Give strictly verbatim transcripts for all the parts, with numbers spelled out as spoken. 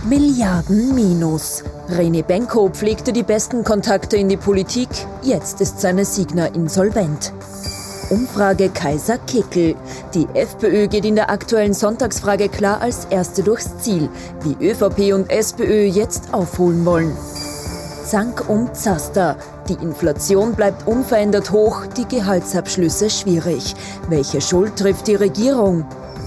Milliarden Minus. René Benko pflegte die besten Kontakte in die Politik, jetzt ist seine Signa insolvent. Umfrage Kaiser Kickl. Die FPÖ geht in der aktuellen Sonntagsfrage klar als Erste durchs Ziel, wie ÖVP und SPÖ jetzt aufholen wollen. Zank um Zaster. Die Inflation bleibt unverändert hoch, die Gehaltsabschlüsse schwierig. Welche Schuld trifft die Regierung?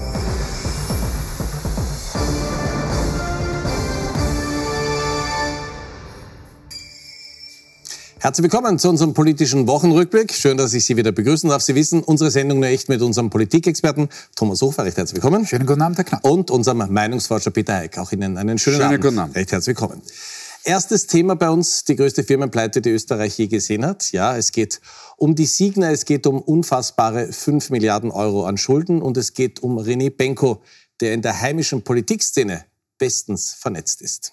Herzlich willkommen zu unserem politischen Wochenrückblick. Schön, dass ich Sie wieder begrüßen darf. Sie wissen, unsere Sendung nur echt mit unserem Politikexperten Thomas Hofer. Recht herzlich willkommen. Schönen guten Abend, Herr Knapp. Und unserem Meinungsforscher Peter Eick. Auch Ihnen einen schönen, schönen Abend. Guten Abend. Recht herzlich willkommen. Erstes Thema bei uns, die größte Firmenpleite, die Österreich je gesehen hat. Ja, es geht um die Signa, es geht um unfassbare fünf Milliarden Euro an Schulden und es geht um René Benko, der in der heimischen Politikszene bestens vernetzt ist.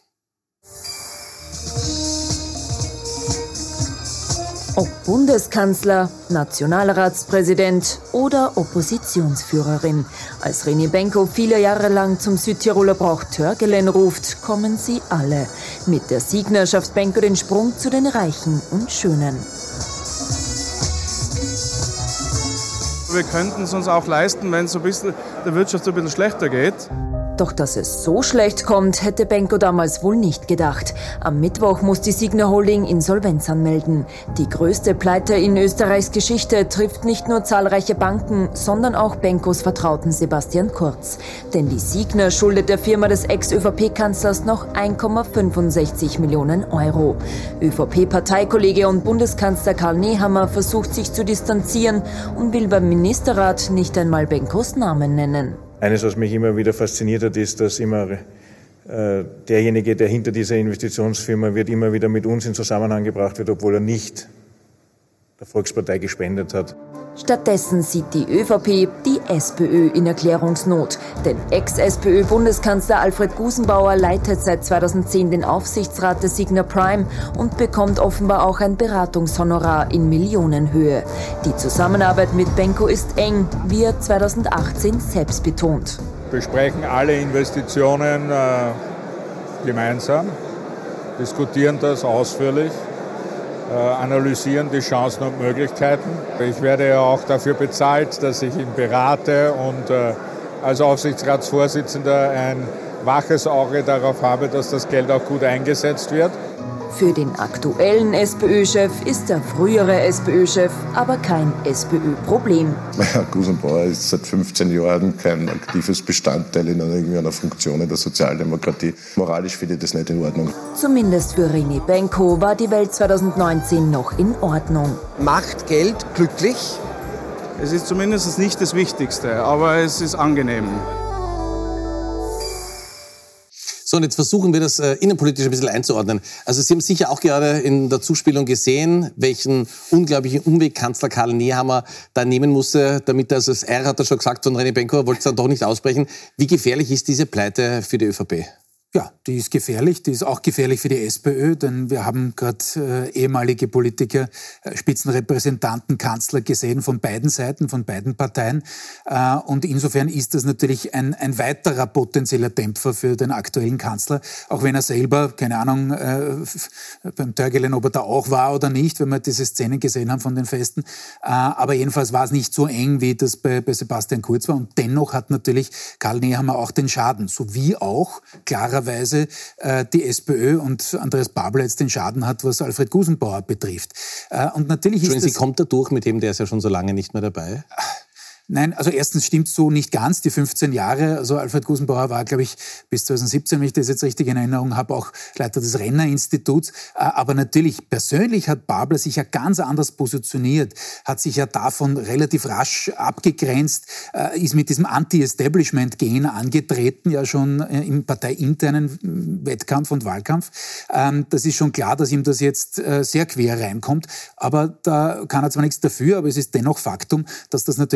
Ob Bundeskanzler, Nationalratspräsident oder Oppositionsführerin. Als René Benko viele Jahre lang zum Südtiroler Brauch Törgelen ruft, kommen sie alle. Mit der Signa schafft Benko den Sprung zu den Reichen und Schönen. Wir könnten es uns auch leisten, wenn es so ein bisschen der Wirtschaft so ein bisschen schlechter geht. Doch dass es so schlecht kommt, hätte Benko damals wohl nicht gedacht. Am Mittwoch muss die Signa Holding Insolvenz anmelden. Die größte Pleite in Österreichs Geschichte trifft nicht nur zahlreiche Banken, sondern auch Benkos Vertrauten Sebastian Kurz. Denn die Signa schuldet der Firma des Ex-ÖVP-Kanzlers noch eins Komma fünfundsechzig Millionen Euro. ÖVP-Parteikollege und Bundeskanzler Karl Nehammer versucht sich zu distanzieren und will beim Ministerrat nicht einmal Benkos Namen nennen. Eines, was mich immer wieder fasziniert hat, ist, dass immer äh, derjenige, der hinter dieser Investitionsfirma wird, immer wieder mit uns in Zusammenhang gebracht wird, obwohl er nicht der Volkspartei gespendet hat. Stattdessen sieht die ÖVP die SPÖ in Erklärungsnot. Denn Ex-SPÖ-Bundeskanzler Alfred Gusenbauer leitet seit zweitausendzehn den Aufsichtsrat der Signa Prime und bekommt offenbar auch ein Beratungshonorar in Millionenhöhe. Die Zusammenarbeit mit Benko ist eng, wie er zweitausendachtzehn selbst betont. Wir besprechen alle Investitionen äh, gemeinsam, diskutieren das ausführlich. Analysieren die Chancen und Möglichkeiten. Ich werde ja auch dafür bezahlt, dass ich ihn berate und äh, als Aufsichtsratsvorsitzender ein waches Auge darauf habe, dass das Geld auch gut eingesetzt wird. Für den aktuellen SPÖ-Chef ist der frühere SPÖ-Chef aber kein SPÖ-Problem. Herr Gusenbauer ist seit fünfzehn Jahren kein aktives Bestandteil in einer, irgendeiner Funktion in der Sozialdemokratie. Moralisch finde ich das nicht in Ordnung. Zumindest für René Benko war die Welt zweitausendneunzehn noch in Ordnung. Macht Geld glücklich? Es ist zumindest nicht das Wichtigste, aber es ist angenehm. So, und jetzt versuchen wir das äh, innenpolitisch ein bisschen einzuordnen. Also Sie haben sicher auch gerade in der Zuspielung gesehen, welchen unglaublichen Umweg Kanzler Karl Nehammer da nehmen musste, damit er, also das R hat er schon gesagt von René Benko, wollte es dann doch nicht aussprechen. Wie gefährlich ist diese Pleite für die ÖVP? Ja, die ist gefährlich. Die ist auch gefährlich für die SPÖ, denn wir haben gerade äh, ehemalige Politiker, äh, Spitzenrepräsentanten, Kanzler gesehen von beiden Seiten, von beiden Parteien. Äh, und insofern ist das natürlich ein, ein weiterer potenzieller Dämpfer für den aktuellen Kanzler, auch wenn er selber, keine Ahnung, äh, beim Törgelen, ob er da auch war oder nicht, wenn wir diese Szenen gesehen haben von den Festen. Äh, aber jedenfalls war es nicht so eng, wie das bei, bei Sebastian Kurz war. Und dennoch hat natürlich Karl Nehammer auch den Schaden, sowie auch klarer Weise äh, die SPÖ und Andreas Babler jetzt den Schaden hat, was Alfred Gusenbauer betrifft. Äh, und natürlich ist das, Sie kommt da durch mit dem, der ist ja schon so lange nicht mehr dabei? Nein, also erstens stimmt so nicht ganz, die fünfzehn Jahre. Also Alfred Gusenbauer war, glaube ich, bis zweitausendsiebzehn, wenn ich das jetzt richtig in Erinnerung habe, auch Leiter des Renner-Instituts. Aber natürlich, persönlich hat Babler sich ja ganz anders positioniert, hat sich ja davon relativ rasch abgegrenzt, ist mit diesem Anti-Establishment-Gen angetreten, ja schon im parteiinternen Wettkampf und Wahlkampf. Das ist schon klar, dass ihm das jetzt sehr quer reinkommt. Aber da kann er zwar nichts dafür, aber es ist dennoch Faktum, dass das natürlich auch am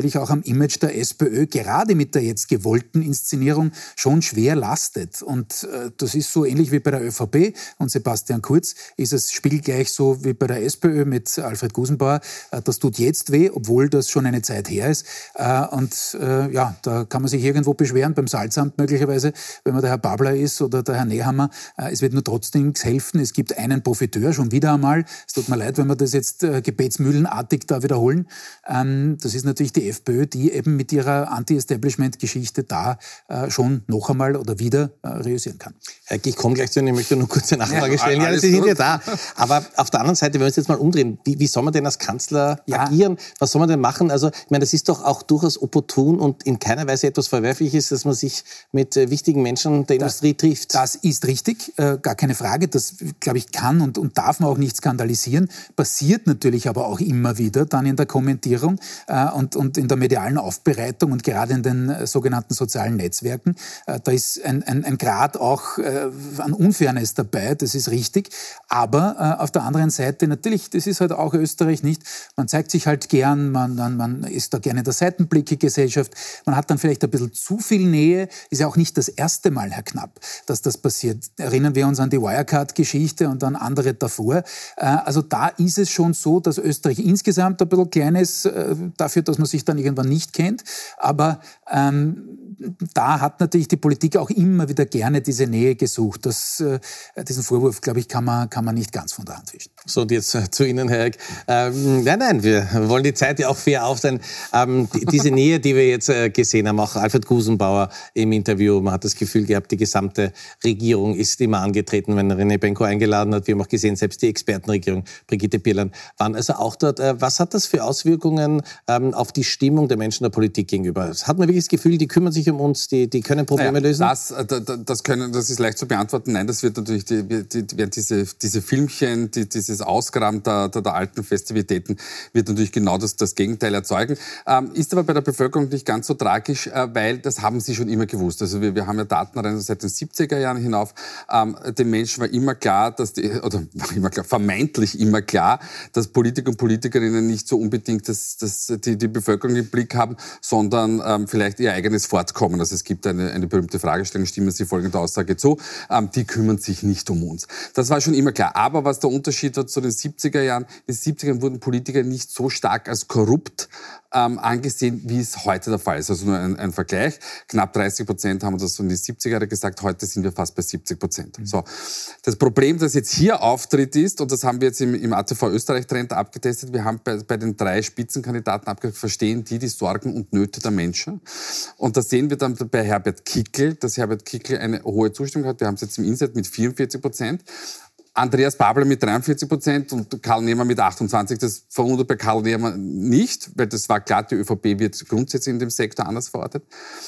Image der SPÖ gerade mit der jetzt gewollten Inszenierung schon schwer lastet. Und äh, das ist so ähnlich wie bei der ÖVP und Sebastian Kurz, ist es spiegelgleich so wie bei der SPÖ mit Alfred Gusenbauer. Äh, das tut jetzt weh, obwohl das schon eine Zeit her ist. Äh, und äh, ja, da kann man sich irgendwo beschweren, beim Salzamt möglicherweise, wenn man der Herr Babler ist oder der Herr Nehammer. Äh, es wird nur trotzdem nichts helfen. Es gibt einen Profiteur, schon wieder einmal. Es tut mir leid, wenn wir das jetzt äh, gebetsmühlenartig da wiederholen. Ähm, das ist natürlich die FPÖ, die eben mit ihrer Anti-Establishment-Geschichte da äh, schon noch einmal oder wieder äh, realisieren kann. Heike, ich komme gleich zu Ihnen, ich möchte nur kurz eine Nachfrage stellen. Ja, ja, Sie sind ja da. Aber auf der anderen Seite, wenn wir uns jetzt mal umdrehen, wie, wie soll man denn als Kanzler ja. agieren? Was soll man denn machen? Also, ich meine, das ist doch auch durchaus opportun und in keiner Weise etwas Verwerfliches, dass man sich mit äh, wichtigen Menschen der das, Industrie trifft. Das ist richtig, äh, gar keine Frage. Das, glaube ich, kann und, und darf man auch nicht skandalisieren. Passiert natürlich aber auch immer wieder dann in der Kommentierung äh, und, und in der medialen Aufbereitung und gerade in den äh, sogenannten sozialen Netzwerken. Äh, da ist ein, ein, ein Grad auch äh, an Unfairness dabei, das ist richtig. Aber äh, auf der anderen Seite natürlich, das ist halt auch Österreich nicht, man zeigt sich halt gern, man, man, man ist da gerne in der Seitenblicke-Gesellschaft, man hat dann vielleicht ein bisschen zu viel Nähe, ist ja auch nicht das erste Mal, Herr Knapp, dass das passiert. Erinnern wir uns an die Wirecard-Geschichte und an andere davor. Äh, also da ist es schon so, dass Österreich insgesamt ein bisschen klein ist, äh, dafür, dass man sich dann irgendwann nicht kennt. Aber ähm, da hat natürlich die Politik auch immer wieder gerne diese Nähe gesucht. Das, äh, diesen Vorwurf, glaube ich, kann man, kann man nicht ganz von der Hand wischen. So, und jetzt äh, zu Ihnen, Herr Eck. Ähm, nein, nein, wir wollen die Zeit ja auch fair aufteilen. Ähm, die, diese Nähe, die wir jetzt äh, gesehen haben, auch Alfred Gusenbauer im Interview, man hat das Gefühl gehabt, die gesamte Regierung ist immer angetreten, wenn René Benko eingeladen hat. Wir haben auch gesehen, selbst die Expertenregierung, Brigitte Bierlein, waren also auch dort. Äh, was hat das für Auswirkungen ähm, auf die Stimmung der Menschen der Politik gegenüber? Hat man wirklich das Gefühl, die kümmern sich um uns, die, die können Probleme naja, lösen? Das, das, können, das ist leicht zu beantworten. Nein, das wird natürlich, die, die, werden diese, diese Filmchen, die, dieses Ausgraben der, der, der alten Festivitäten wird natürlich genau das, das Gegenteil erzeugen. Ähm, ist aber bei der Bevölkerung nicht ganz so tragisch, äh, weil das haben sie schon immer gewusst. Also wir, wir haben ja Daten rein seit den siebziger Jahren hinauf. Ähm, den Menschen war immer klar, dass die, oder immer klar, vermeintlich immer klar, dass Politiker und Politikerinnen nicht so unbedingt das, das, die, die Bevölkerung im Blick haben, sondern ähm, vielleicht ihr eigenes Fortkommen. Also es gibt eine, eine berühmte Fragestellung, stimmen Sie folgende Aussage zu, ähm, die kümmern sich nicht um uns. Das war schon immer klar. Aber was der Unterschied war zu den siebziger Jahren, in den siebziger Jahren wurden Politiker nicht so stark als korrupt ähm, angesehen, wie es heute der Fall ist. Also nur ein, ein Vergleich. Knapp dreißig Prozent haben das so in die siebziger Jahre gesagt, heute sind wir fast bei siebzig Prozent. Mhm. So. Das Problem, das jetzt hier auftritt ist, und das haben wir jetzt im, im A T V Österreich-Trend abgetestet, wir haben bei, bei den drei Spitzenkandidaten abgetestet, verstehen die die Sorgen und Nöte der Menschen. Und da sehen wir dann bei Herbert Kickl, dass Herbert Kickl eine hohe Zustimmung hat. Wir haben es jetzt im Insert mit vierundvierzig Prozent. Andreas Babler mit dreiundvierzig Prozent und Karl Nehmer mit achtundzwanzig. Das verwundert bei Karl Nehmer nicht, weil das war klar, die ÖVP wird grundsätzlich in dem Sektor anders verortet.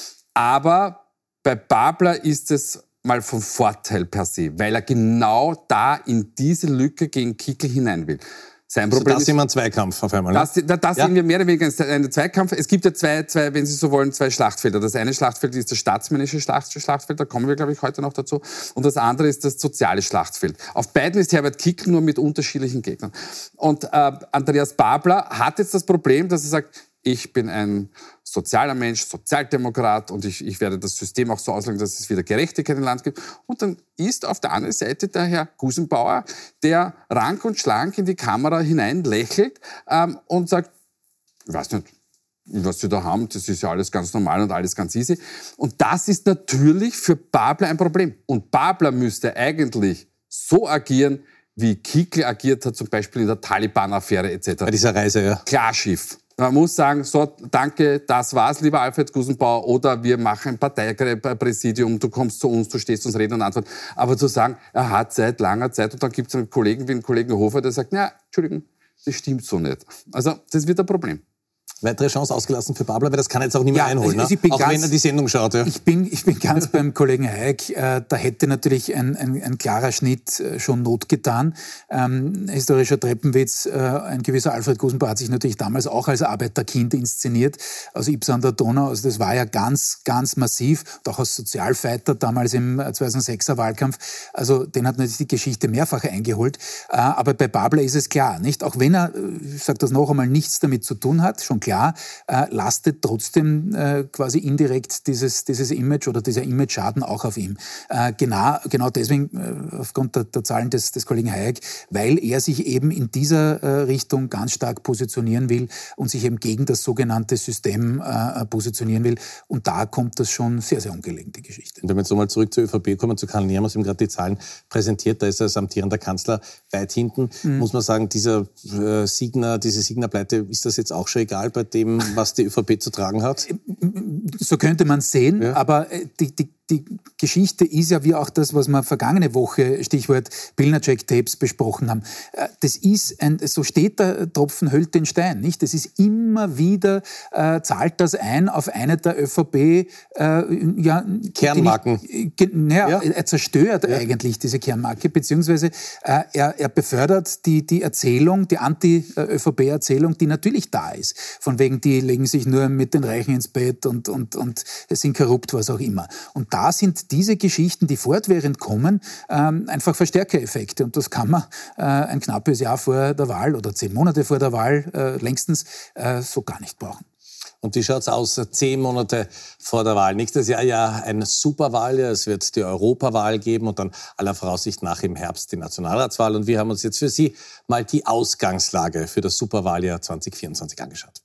Aber bei Babler ist es mal von Vorteil per se, weil er genau da in diese Lücke gegen Kickl hinein will. Sein Problem also das ist immer ein Zweikampf auf einmal. Das, da, das ja? sehen wir mehr oder weniger einen Zweikampf. Es gibt ja zwei, zwei, wenn Sie so wollen, zwei Schlachtfelder. Das eine Schlachtfeld ist das staatsmännische Schlachtfeld, da kommen wir, glaube ich, heute noch dazu. Und das andere ist das soziale Schlachtfeld. Auf beiden ist Herbert Kickl nur mit unterschiedlichen Gegnern. Und äh, Andreas Babler hat jetzt das Problem, dass er sagt, ich bin ein sozialer Mensch, Sozialdemokrat und ich, ich werde das System auch so auslegen, dass es wieder Gerechtigkeit im Land gibt. Und dann ist auf der anderen Seite der Herr Gusenbauer, der rank und schlank in die Kamera hinein lächelt ähm, und sagt, ich weiß nicht, was Sie da haben, das ist ja alles ganz normal und alles ganz easy. Und das ist natürlich für Babler ein Problem. Und Babler müsste eigentlich so agieren, wie Kickl agiert hat, zum Beispiel in der Taliban-Affäre et cetera. Bei dieser Reise, ja. Klarschiff. Man muss sagen, so, danke, das war's, lieber Alfred Gusenbauer, oder wir machen ein Parteipräsidium, du kommst zu uns, du stehst uns Rede und Antwort. Aber zu sagen, er hat seit langer Zeit, und dann gibt es einen Kollegen wie den Kollegen Hofer, der sagt, na, Entschuldigung, das stimmt so nicht. Also, das wird ein Problem. Weitere Chance ausgelassen für Babler, weil das kann jetzt auch nicht mehr ja, einholen, also ne? Auch ganz, wenn er die Sendung schaut. Ja. Ich bin, ich bin ganz beim Kollegen Hayek. Äh, da hätte natürlich ein, ein, ein klarer Schnitt äh, schon Not getan. Ähm, historischer Treppenwitz, äh, ein gewisser Alfred Gusenbauer hat sich natürlich damals auch als Arbeiterkind inszeniert, aus Ypres an der Donau. Also das war ja ganz, ganz massiv. Und auch als Sozialfighter damals im zweitausendsechser Wahlkampf. Also den hat natürlich die Geschichte mehrfach eingeholt. Äh, aber bei Babler ist es klar, nicht? Auch wenn er, ich sage das noch einmal, nichts damit zu tun hat, schon klar, äh, lastet trotzdem äh, quasi indirekt dieses, dieses Image oder dieser Image-Schaden auch auf ihm. Äh, genau, genau deswegen, äh, aufgrund der, der Zahlen des, des Kollegen Hayek, weil er sich eben in dieser äh, Richtung ganz stark positionieren will und sich eben gegen das sogenannte System äh, positionieren will. Und da kommt das schon sehr, sehr ungelegen, die Geschichte. Und wenn wir jetzt nochmal zurück zur ÖVP kommen, zu Karl Nehammer, Sie haben gerade die Zahlen präsentiert, da ist er als amtierender Kanzler weit hinten. Mhm. Muss man sagen, dieser äh, Signa, diese Signa-Pleite, ist das jetzt auch schon egal bei dem, was die ÖVP zu tragen hat? So könnte man es sehen, ja. Aber die, die Die Geschichte ist ja wie auch das, was wir vergangene Woche, Stichwort Pilnacek-Tapes, besprochen haben. Das ist ein, so steht der Tropfen höhlt den Stein, nicht? Das ist immer wieder, äh, zahlt das ein auf eine der ÖVP, äh, ja, Kernmarken. Die, ge, naja, ja. Er zerstört ja. eigentlich diese Kernmarke, beziehungsweise äh, er, er befördert die, die Erzählung, die Anti-ÖVP-Erzählung, die natürlich da ist. Von wegen, die legen sich nur mit den Reichen ins Bett und, und, und sind korrupt, was auch immer. Und da sind diese Geschichten, die fortwährend kommen, ähm, einfach Verstärkereffekte. Und das kann man äh, ein knappes Jahr vor der Wahl oder zehn Monate vor der Wahl äh, längstens äh, so gar nicht brauchen. Und wie schaut's aus, zehn Monate vor der Wahl? Nächstes Jahr ja ein Superwahljahr. Es wird die Europawahl geben und dann aller Voraussicht nach im Herbst die Nationalratswahl. Und wir haben uns jetzt für Sie mal die Ausgangslage für das Superwahljahr zwanzig vierundzwanzig angeschaut.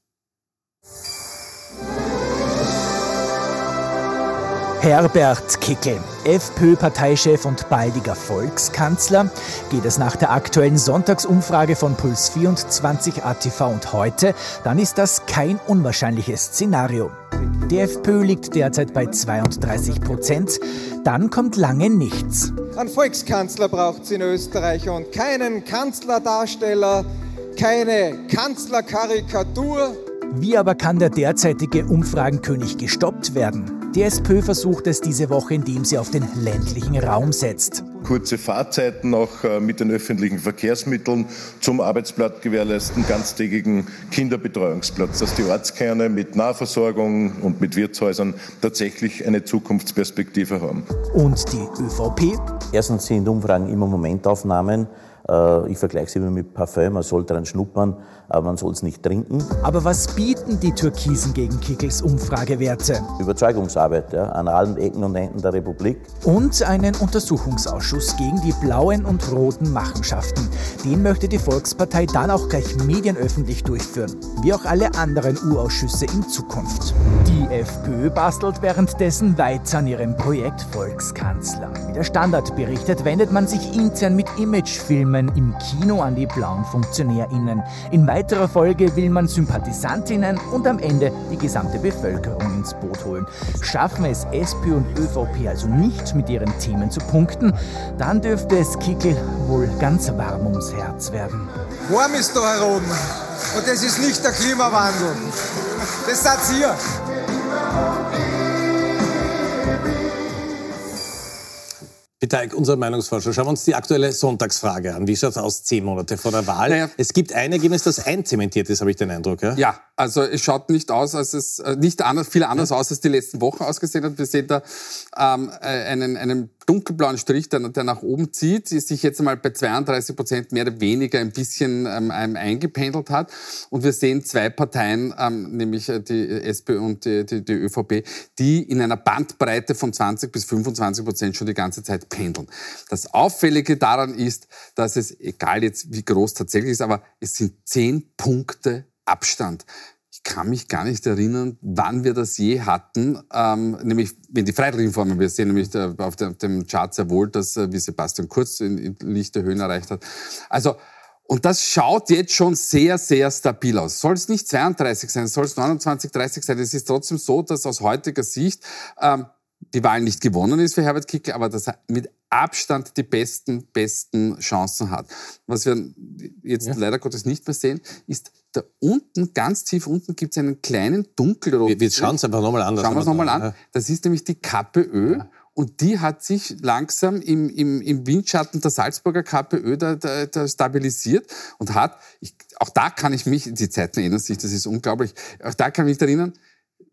Herbert Kickl, FPÖ-Parteichef und baldiger Volkskanzler. Geht es nach der aktuellen Sonntagsumfrage von Puls vierundzwanzig A T V und heute, dann ist das kein unwahrscheinliches Szenario. Die FPÖ liegt derzeit bei zweiunddreißig Prozent. Dann kommt lange nichts. Einen Volkskanzler braucht es in Österreich und keinen Kanzlerdarsteller, keine Kanzlerkarikatur. Wie aber kann der derzeitige Umfragenkönig gestoppt werden? Die SPÖ versucht es diese Woche, indem sie auf den ländlichen Raum setzt. Kurze Fahrzeiten auch mit den öffentlichen Verkehrsmitteln zum Arbeitsplatz gewährleisten, ganztägigen Kinderbetreuungsplatz, dass die Ortskerne mit Nahversorgung und mit Wirtshäusern tatsächlich eine Zukunftsperspektive haben. Und die ÖVP? Erstens sind Umfragen immer Momentaufnahmen. Ich vergleiche es immer mit Parfüm, man soll daran schnuppern, aber man soll es nicht trinken. Aber was bieten die Türkisen gegen Kickls Umfragewerte? Überzeugungsarbeit ja, an allen Ecken und Enden der Republik. Und einen Untersuchungsausschuss gegen die blauen und roten Machenschaften. Den möchte die Volkspartei dann auch gleich medienöffentlich durchführen, wie auch alle anderen U-Ausschüsse in Zukunft. Die FPÖ bastelt währenddessen weiter an ihrem Projekt Volkskanzler. Wie der Standard berichtet, wendet man sich intern mit Imagefilmen im Kino an die blauen FunktionärInnen. In weiterer Folge will man SympathisantInnen und am Ende die gesamte Bevölkerung ins Boot holen. Schaffen es SPÖ und ÖVP also nicht, mit ihren Themen zu punkten, dann dürfte es Kickl wohl ganz warm ums Herz werden. Warm ist da herum und das ist nicht der Klimawandel. Das seid ihr. Peter Eick, unser Meinungsforscher. Schauen wir uns die aktuelle Sonntagsfrage an. Wie schaut es aus, zehn Monate vor der Wahl? Naja. Es gibt ein Ergebnis, das einzementiert ist, habe ich den Eindruck. Ja, ja, also es schaut nicht aus, als es äh, nicht anders, viel anders ja. aus, als die letzten Wochen ausgesehen hat. Wir sehen da ähm, einen, einen dunkelblauen Strich, der, der nach oben zieht, sich jetzt einmal bei zweiunddreißig Prozent mehr oder weniger ein bisschen ähm, eingependelt hat. Und wir sehen zwei Parteien, ähm, nämlich die SPÖ und die, die, die ÖVP, die in einer Bandbreite von zwanzig bis fünfundzwanzig Prozent schon die ganze Zeit pendeln. Das Auffällige daran ist, dass es, egal jetzt wie groß tatsächlich ist, aber es sind zehn Punkte Abstand. Ich kann mich gar nicht erinnern, wann wir das je hatten, ähm, nämlich wenn die Freiheitsreformen, wir sehen nämlich da, auf, der, auf dem Chart sehr wohl, dass äh, wie Sebastian Kurz in, in lichte Höhen erreicht hat. Also, und das schaut jetzt schon sehr, sehr stabil aus. Soll es nicht zweiunddreißig sein, soll es neunundzwanzig, dreißig sein, es ist trotzdem so, dass aus heutiger Sicht ähm, die Wahl nicht gewonnen ist für Herbert Kickl, aber dass er mit Abstand die besten, besten Chancen hat. Was wir jetzt ja. leider Gottes nicht mehr sehen, ist da unten, ganz tief unten, gibt es einen kleinen dunkelroten. Wir, wir schauen es einfach nochmal an. Schauen wir es nochmal an. Ja. Das ist nämlich die KPÖ. Ja. Und die hat sich langsam im, im, im Windschatten der Salzburger KPÖ da, da, da stabilisiert und hat, ich, auch da kann ich mich, die Zeiten ändern sich, das ist unglaublich, auch da kann ich mich erinnern,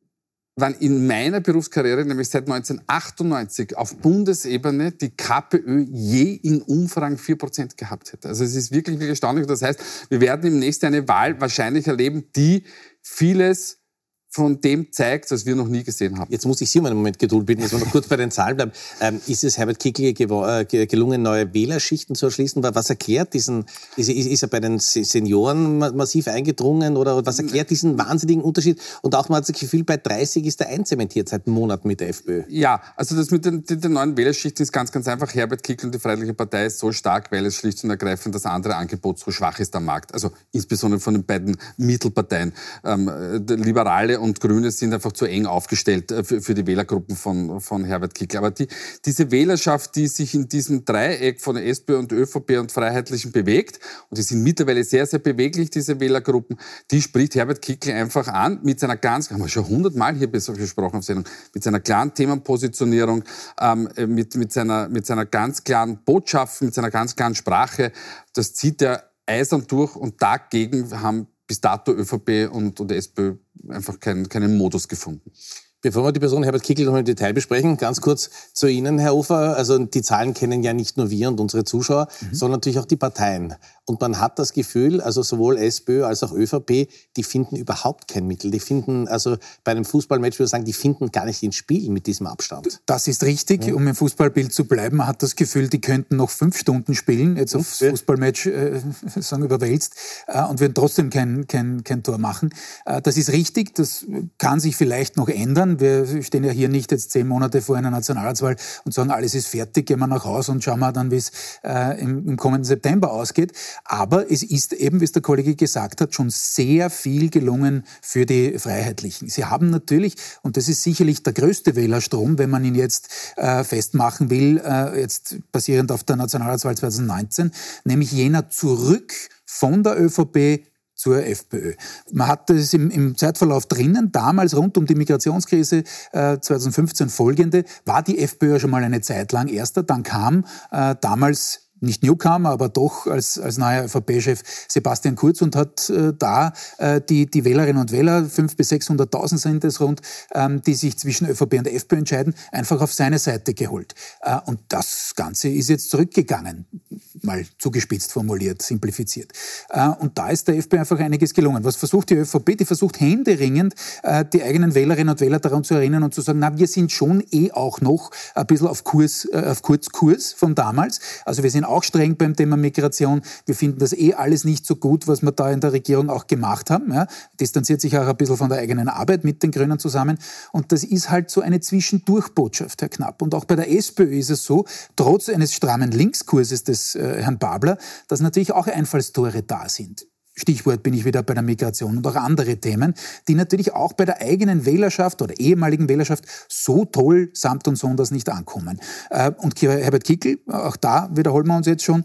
waren in meiner Berufskarriere, nämlich seit neunzehnhundertachtundneunzig, auf Bundesebene die KPÖ je in Umfragen vier Prozent gehabt hätte. Also es ist wirklich, wirklich erstaunlich. Das heißt, wir werden im nächsten eine Wahl wahrscheinlich erleben, die vieles von dem zeigt, was wir noch nie gesehen haben. Jetzt muss ich Sie um einen Moment Geduld bitten, dass wir noch kurz bei den Zahlen bleiben. Ähm, ist es Herbert Kickl äh, gelungen, neue Wählerschichten zu erschließen? Was erklärt diesen, ist, ist er bei den Senioren massiv eingedrungen oder was erklärt diesen wahnsinnigen Unterschied? Und auch man hat das Gefühl, bei dreißig ist er einzementiert seit einem Monat mit der FPÖ. Ja, also das mit den, den neuen Wählerschichten ist ganz, ganz einfach. Herbert Kickl und die Freiheitliche Partei ist so stark, weil es schlicht und ergreifend das andere Angebot so schwach ist am Markt. Also insbesondere von den beiden Mittelparteien. Ähm, Liberale und Grüne sind einfach zu eng aufgestellt für, für die Wählergruppen von, von Herbert Kickl. Aber die, diese Wählerschaft, die sich in diesem Dreieck von der SPÖ und ÖVP und Freiheitlichen bewegt, und die sind mittlerweile sehr, sehr beweglich, diese Wählergruppen, die spricht Herbert Kickl einfach an mit seiner ganz, haben wir schon hundertmal hier besprochen auf Sendung, mit seiner klaren Themenpositionierung, ähm, mit, mit, seiner, mit seiner ganz klaren Botschaft, mit seiner ganz klaren Sprache. Das zieht er eisern durch und dagegen haben bis dato ÖVP und, und SPÖ einfach keinen, keinen Modus gefunden. Bevor wir die Person Herbert Kickl noch im Detail besprechen, ganz kurz zu Ihnen, Herr Hofer. Also die Zahlen kennen ja nicht nur wir und unsere Zuschauer, mhm. sondern natürlich auch die Parteien. Und man hat das Gefühl, also sowohl SPÖ als auch ÖVP, die finden überhaupt kein Mittel. Die finden, also bei einem Fußballmatch würde ich sagen, die finden gar nicht ins Spiel mit diesem Abstand. Das ist richtig. Ja. Um im Fußballbild zu bleiben, man hat das Gefühl, die könnten noch fünf Stunden spielen, jetzt aufs ja. Fußballmatch äh, sagen, überwälzt, äh, und würden trotzdem kein, kein, kein Tor machen. Äh, das ist richtig, das kann sich vielleicht noch ändern. Wir stehen ja hier nicht jetzt zehn Monate vor einer Nationalratswahl und sagen, alles ist fertig, gehen wir nach Hause und schauen wir dann, wie es äh, im, im kommenden September ausgeht. Aber es ist eben, wie es der Kollege gesagt hat, schon sehr viel gelungen für die Freiheitlichen. Sie haben natürlich, und das ist sicherlich der größte Wählerstrom, wenn man ihn jetzt äh, festmachen will, äh, jetzt basierend auf der Nationalratswahl zweitausendneunzehn, nämlich jener zurück von der ÖVP zur FPÖ. Man hat das im, im Zeitverlauf drinnen, damals rund um die Migrationskrise äh, zweitausendfünfzehn folgende, war die FPÖ ja schon mal eine Zeit lang Erster, dann kam äh, damals nicht Newcomer, aber doch als, als neuer ÖVP-Chef Sebastian Kurz und hat äh, da äh, die, die Wählerinnen und Wähler, fünfhunderttausend bis sechshunderttausend sind es rund, ähm, die sich zwischen ÖVP und FPÖ entscheiden, einfach auf seine Seite geholt. Äh, und das Ganze ist jetzt zurückgegangen, mal zugespitzt formuliert, simplifiziert. Äh, und da ist der FPÖ einfach einiges gelungen. Was versucht die ÖVP? Die versucht händeringend, äh, die eigenen Wählerinnen und Wähler daran zu erinnern und zu sagen, na, wir sind schon eh auch noch ein bisschen auf Kurs, äh, auf Kurzkurs von damals. Also wir sind auch streng beim Thema Migration. Wir finden das eh alles nicht so gut, was wir da in der Regierung auch gemacht haben. Ja. Distanziert sich auch ein bisschen von der eigenen Arbeit mit den Grünen zusammen. Und das ist halt so eine Zwischendurchbotschaft, Herr Knapp. Und auch bei der SPÖ ist es so, trotz eines strammen Linkskurses des äh, Herrn Babler, dass natürlich auch Einfallstore da sind. Stichwort bin ich wieder bei der Migration und auch andere Themen, die natürlich auch bei der eigenen Wählerschaft oder ehemaligen Wählerschaft so toll samt und sonders nicht ankommen. Und Herbert Kickl, auch da wiederholen wir uns jetzt schon,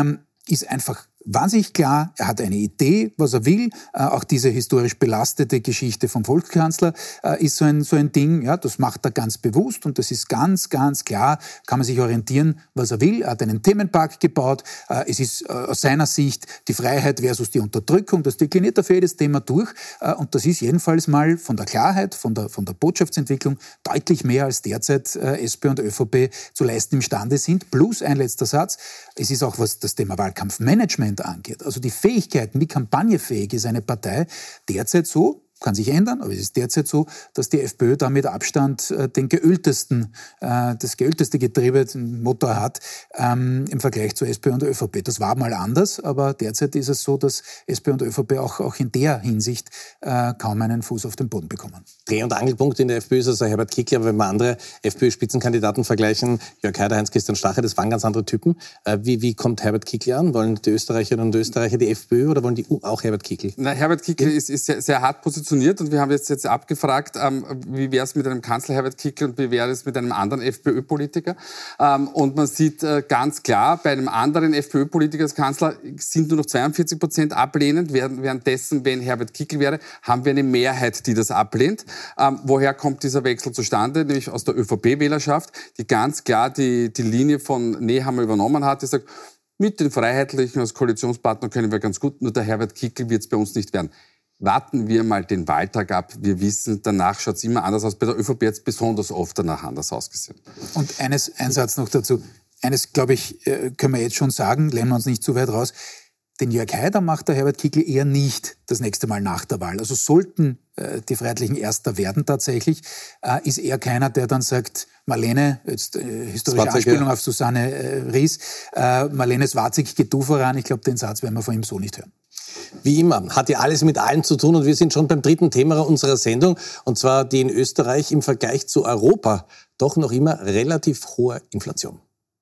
ist einfach wahnsinnig klar, er hat eine Idee, was er will. Äh, auch diese historisch belastete Geschichte vom Volkskanzler äh, ist so ein, so ein Ding, ja, das macht er ganz bewusst und das ist ganz, ganz klar, kann man sich orientieren, was er will. Er hat einen Themenpark gebaut. Äh, es ist äh, aus seiner Sicht die Freiheit versus die Unterdrückung. Das dekliniert er für jedes Thema durch. Äh, und das ist jedenfalls mal von der Klarheit, von der, von der Botschaftsentwicklung deutlich mehr, als derzeit äh, SPÖ und ÖVP zu leisten imstande sind. Plus ein letzter Satz, es ist auch, was das Thema Wahlkampfmanagement angeht. Also die Fähigkeiten, wie kampagnefähig ist eine Partei derzeit so, kann sich ändern, aber es ist derzeit so, dass die FPÖ da mit Abstand äh, den geöltesten, äh, das geölteste Getriebe, den Motor hat, ähm, im Vergleich zu SPÖ und ÖVP. Das war mal anders, aber derzeit ist es so, dass SPÖ und ÖVP auch, auch in der Hinsicht äh, kaum einen Fuß auf den Boden bekommen. Dreh- und Angelpunkt in der FPÖ ist also Herbert Kickl, aber wenn wir andere FPÖ-Spitzenkandidaten vergleichen, Jörg Haider, Heinz-Christian Strache, das waren ganz andere Typen. Äh, wie, wie kommt Herbert Kickl an? Wollen die Österreicherinnen und Österreicher die FPÖ oder wollen die auch Herbert Kickl? Na, Herbert Kickl ist, ist sehr, sehr hart positioniert. Und wir haben jetzt, jetzt abgefragt, ähm, wie wäre es mit einem Kanzler Herbert Kickl und wie wäre es mit einem anderen FPÖ-Politiker. Ähm, und man sieht äh, ganz klar, bei einem anderen FPÖ-Politiker als Kanzler sind nur noch zweiundvierzig Prozent ablehnend. Währenddessen, wenn Herbert Kickl wäre, haben wir eine Mehrheit, die das ablehnt. Ähm, woher kommt dieser Wechsel zustande? Nämlich aus der ÖVP-Wählerschaft, die ganz klar die, die Linie von Nehammer übernommen hat, die sagt, mit den Freiheitlichen als Koalitionspartner können wir ganz gut, nur der Herbert Kickl wird es bei uns nicht werden. warten wir mal den Wahltag ab. Wir wissen, danach schaut es immer anders aus. Bei der ÖVP jetzt besonders oft danach anders ausgesehen. Und eines, ein Satz noch dazu. Eines, glaube ich, können wir jetzt schon sagen, lehnen wir uns nicht zu weit raus. Den Jörg Haider macht der Herbert Kickl eher nicht das nächste Mal nach der Wahl. Also sollten äh, die Freiheitlichen Erster werden tatsächlich, äh, ist er keiner, der dann sagt, Marlene, jetzt äh, historische Anspielung auf Susanne äh, Ries, äh, Marlene Swarzig, geh du voran. Ich glaube, den Satz werden wir von ihm so nicht hören. Wie immer, hat ja alles mit allem zu tun und wir sind schon beim dritten Thema unserer Sendung und zwar die in Österreich im Vergleich zu Europa doch noch immer relativ hohe Inflation.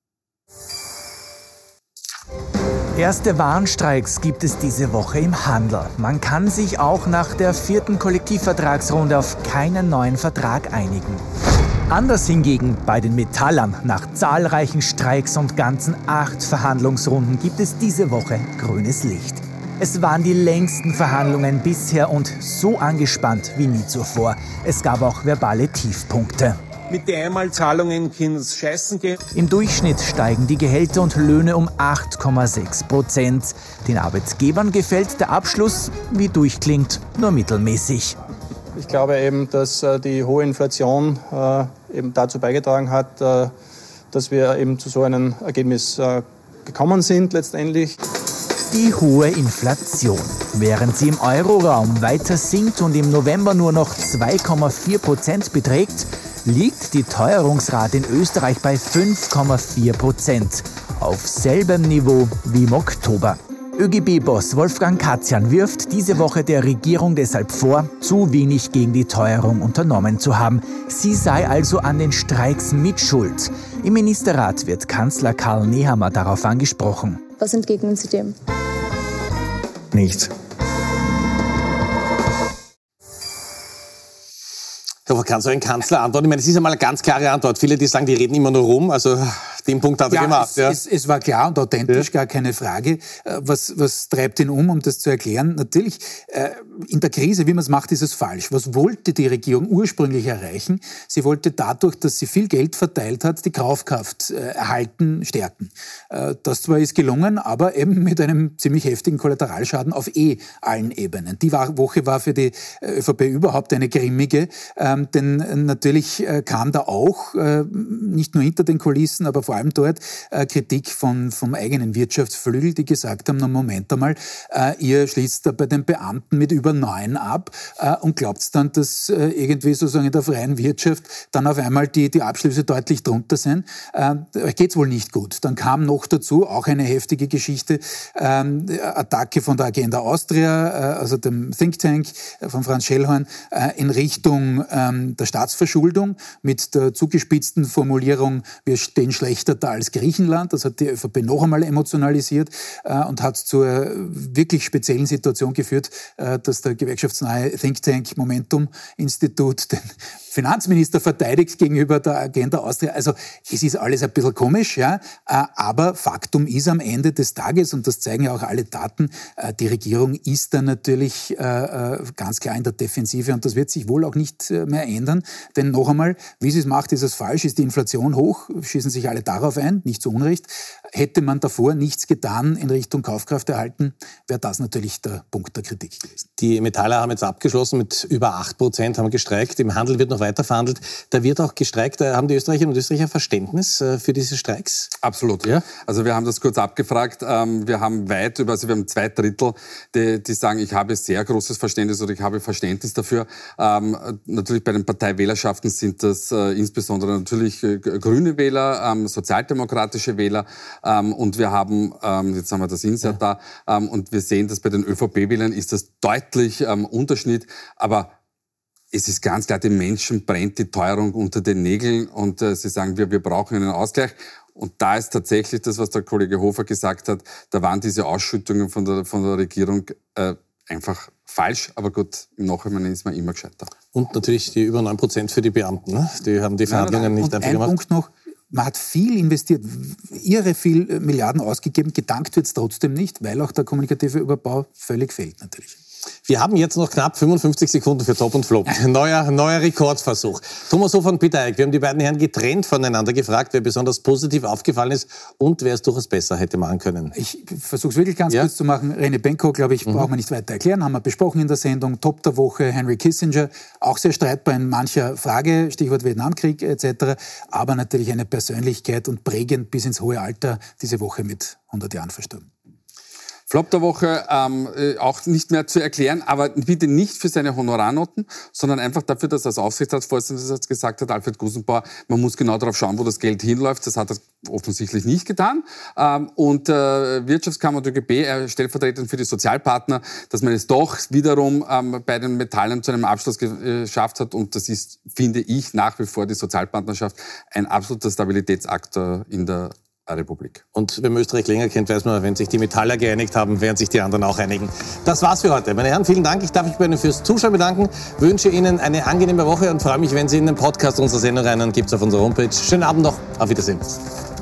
Erste Warnstreiks gibt es diese Woche im Handel. Man kann sich auch nach der vierten Kollektivvertragsrunde auf keinen neuen Vertrag einigen. Anders hingegen bei den Metallern. Nach zahlreichen Streiks und ganzen acht Verhandlungsrunden gibt es diese Woche grünes Licht. Es waren die längsten Verhandlungen bisher und so angespannt wie nie zuvor. Es gab auch verbale Tiefpunkte. Mit den Einmalzahlungen kann es scheißen gehen. Im Durchschnitt steigen die Gehälter und Löhne um acht Komma sechs Prozent. Den Arbeitgebern gefällt der Abschluss, wie durchklingt, nur mittelmäßig. Ich glaube eben, dass äh, die hohe Inflation äh, eben dazu beigetragen hat, äh, dass wir eben zu so einem Ergebnis äh, gekommen sind letztendlich. Die hohe Inflation. Während sie im Euroraum weiter sinkt und im November nur noch zwei Komma vier Prozent beträgt, liegt die Teuerungsrate in Österreich bei fünf Komma vier Prozent, auf selbem Niveau wie im Oktober. ÖGB-Boss Wolfgang Katzian wirft diese Woche der Regierung deshalb vor, zu wenig gegen die Teuerung unternommen zu haben. Sie sei also an den Streiks mitschuld. Im Ministerrat wird Kanzler Karl Nehammer darauf angesprochen. Was entgegnen Sie dem? Nichts. Kann so ein Kanzler antworten? Ich meine, es ist einmal eine ganz klare Antwort. Viele, die sagen, die reden immer nur rum. Also den Punkt hat er ja, gemacht. Es, ja, es, es war klar und authentisch, ja. Gar keine Frage. Was, was treibt ihn um, um das zu erklären? Natürlich, in der Krise, wie man es macht, ist es falsch. Was wollte die Regierung ursprünglich erreichen? Sie wollte dadurch, dass sie viel Geld verteilt hat, die Kaufkraft erhalten, stärken. Das zwar ist gelungen, aber eben mit einem ziemlich heftigen Kollateralschaden auf eh allen Ebenen. Die Woche war für die ÖVP überhaupt eine grimmige. Ähm, denn natürlich äh, kam da auch, äh, nicht nur hinter den Kulissen, aber vor allem dort, äh, Kritik von, vom eigenen Wirtschaftsflügel, die gesagt haben, na Moment einmal, äh, ihr schließt da bei den Beamten mit über neun ab äh, und glaubt dann, dass äh, irgendwie sozusagen in der freien Wirtschaft dann auf einmal die, die Abschlüsse deutlich drunter sind. Äh, euch geht's wohl nicht gut. Dann kam noch dazu auch eine heftige Geschichte, äh, Attacke von der Agenda Austria, äh, also dem Think Tank äh, von Franz Schellhorn, äh, in Richtung äh, der Staatsverschuldung mit der zugespitzten Formulierung, wir stehen schlechter da als Griechenland. Das hat die ÖVP noch einmal emotionalisiert äh, und hat zur wirklich speziellen Situation geführt, äh, dass der gewerkschaftsnahe Think Tank Momentum Institut den Finanzminister verteidigt gegenüber der Agenda Austria. Also es ist alles ein bisschen komisch, ja, äh, aber Faktum ist am Ende des Tages, und das zeigen ja auch alle Daten, äh, die Regierung ist da natürlich äh, ganz klar in der Defensive und das wird sich wohl auch nicht mehr ändern. Denn noch einmal, wie sie es macht, ist es falsch, ist die Inflation hoch, schießen sich alle darauf ein, nicht zu Unrecht. Hätte man davor nichts getan in Richtung Kaufkraft erhalten, wäre das natürlich der Punkt der Kritik gewesen. Die Metaller haben jetzt abgeschlossen mit über acht Prozent, haben gestreikt. Im Handel wird noch weiter verhandelt. Da wird auch gestreikt. Haben die Österreicherinnen und Österreicher Verständnis für diese Streiks? Absolut. Ja. Also wir haben das kurz abgefragt. Wir haben weit über, also wir haben zwei Drittel, die, die sagen, ich habe sehr großes Verständnis oder ich habe Verständnis dafür. Ähm, natürlich bei den Parteiwählerschaften sind das äh, insbesondere natürlich äh, grüne Wähler, ähm, sozialdemokratische Wähler ähm, und wir haben, ähm, jetzt haben wir das Insert ja. da, ähm, und wir sehen, dass bei den ÖVP-Wählern ist das deutlich ähm, Unterschied, aber es ist ganz klar, den Menschen brennt die Teuerung unter den Nägeln und äh, sie sagen, wir, wir brauchen einen Ausgleich. Und da ist tatsächlich das, was der Kollege Hofer gesagt hat, da waren diese Ausschüttungen von der, von der Regierung äh, einfach falsch, aber gut, im Nachhinein ist man immer gescheiter. Und natürlich die über neun Prozent für die Beamten, ne? Die haben die Verhandlungen nein, nein. nicht und einfach ein gemacht. Punkt noch, man hat viel investiert, irre viel Milliarden ausgegeben, gedankt wird es trotzdem nicht, weil auch der kommunikative Überbau völlig fehlt natürlich. Wir haben jetzt noch knapp fünfundfünfzig Sekunden für Top und Flop. Neuer, neuer Rekordversuch. Thomas Hofer und Peter Eick, wir haben die beiden Herren getrennt voneinander gefragt, wer besonders positiv aufgefallen ist und wer es durchaus besser hätte machen können. Ich versuche es wirklich ganz ja. kurz zu machen. René Benko, glaube ich, mhm. braucht man nicht weiter erklären. Haben wir besprochen in der Sendung. Top der Woche, Henry Kissinger. Auch sehr streitbar in mancher Frage, Stichwort Vietnamkrieg et cetera. Aber natürlich eine Persönlichkeit und prägend bis ins hohe Alter, diese Woche mit hundert Jahren verstorben. Flop der Woche, ähm, auch nicht mehr zu erklären, aber bitte nicht für seine Honorarnoten, sondern einfach dafür, dass er als Aufsichtsratsvorsitzender gesagt hat, Alfred Gusenbauer, man muss genau darauf schauen, wo das Geld hinläuft. Das hat er offensichtlich nicht getan. Ähm, und äh, Wirtschaftskammer und ÖGB, er stellvertretend für die Sozialpartner, dass man es doch wiederum ähm, bei den Metallen zu einem Abschluss geschafft hat. Und das ist, finde ich, nach wie vor die Sozialpartnerschaft ein absoluter Stabilitätsakt in der Republik. Und wenn man Österreich länger kennt, weiß man, wenn sich die Metaller geeinigt haben, werden sich die anderen auch einigen. Das war's für heute. Meine Herren, vielen Dank. Ich darf mich bei Ihnen fürs Zuschauen bedanken, wünsche Ihnen eine angenehme Woche und freue mich, wenn Sie in den Podcast unserer Sendung rein und gibt's auf unserer Homepage. Schönen Abend noch. Auf Wiedersehen.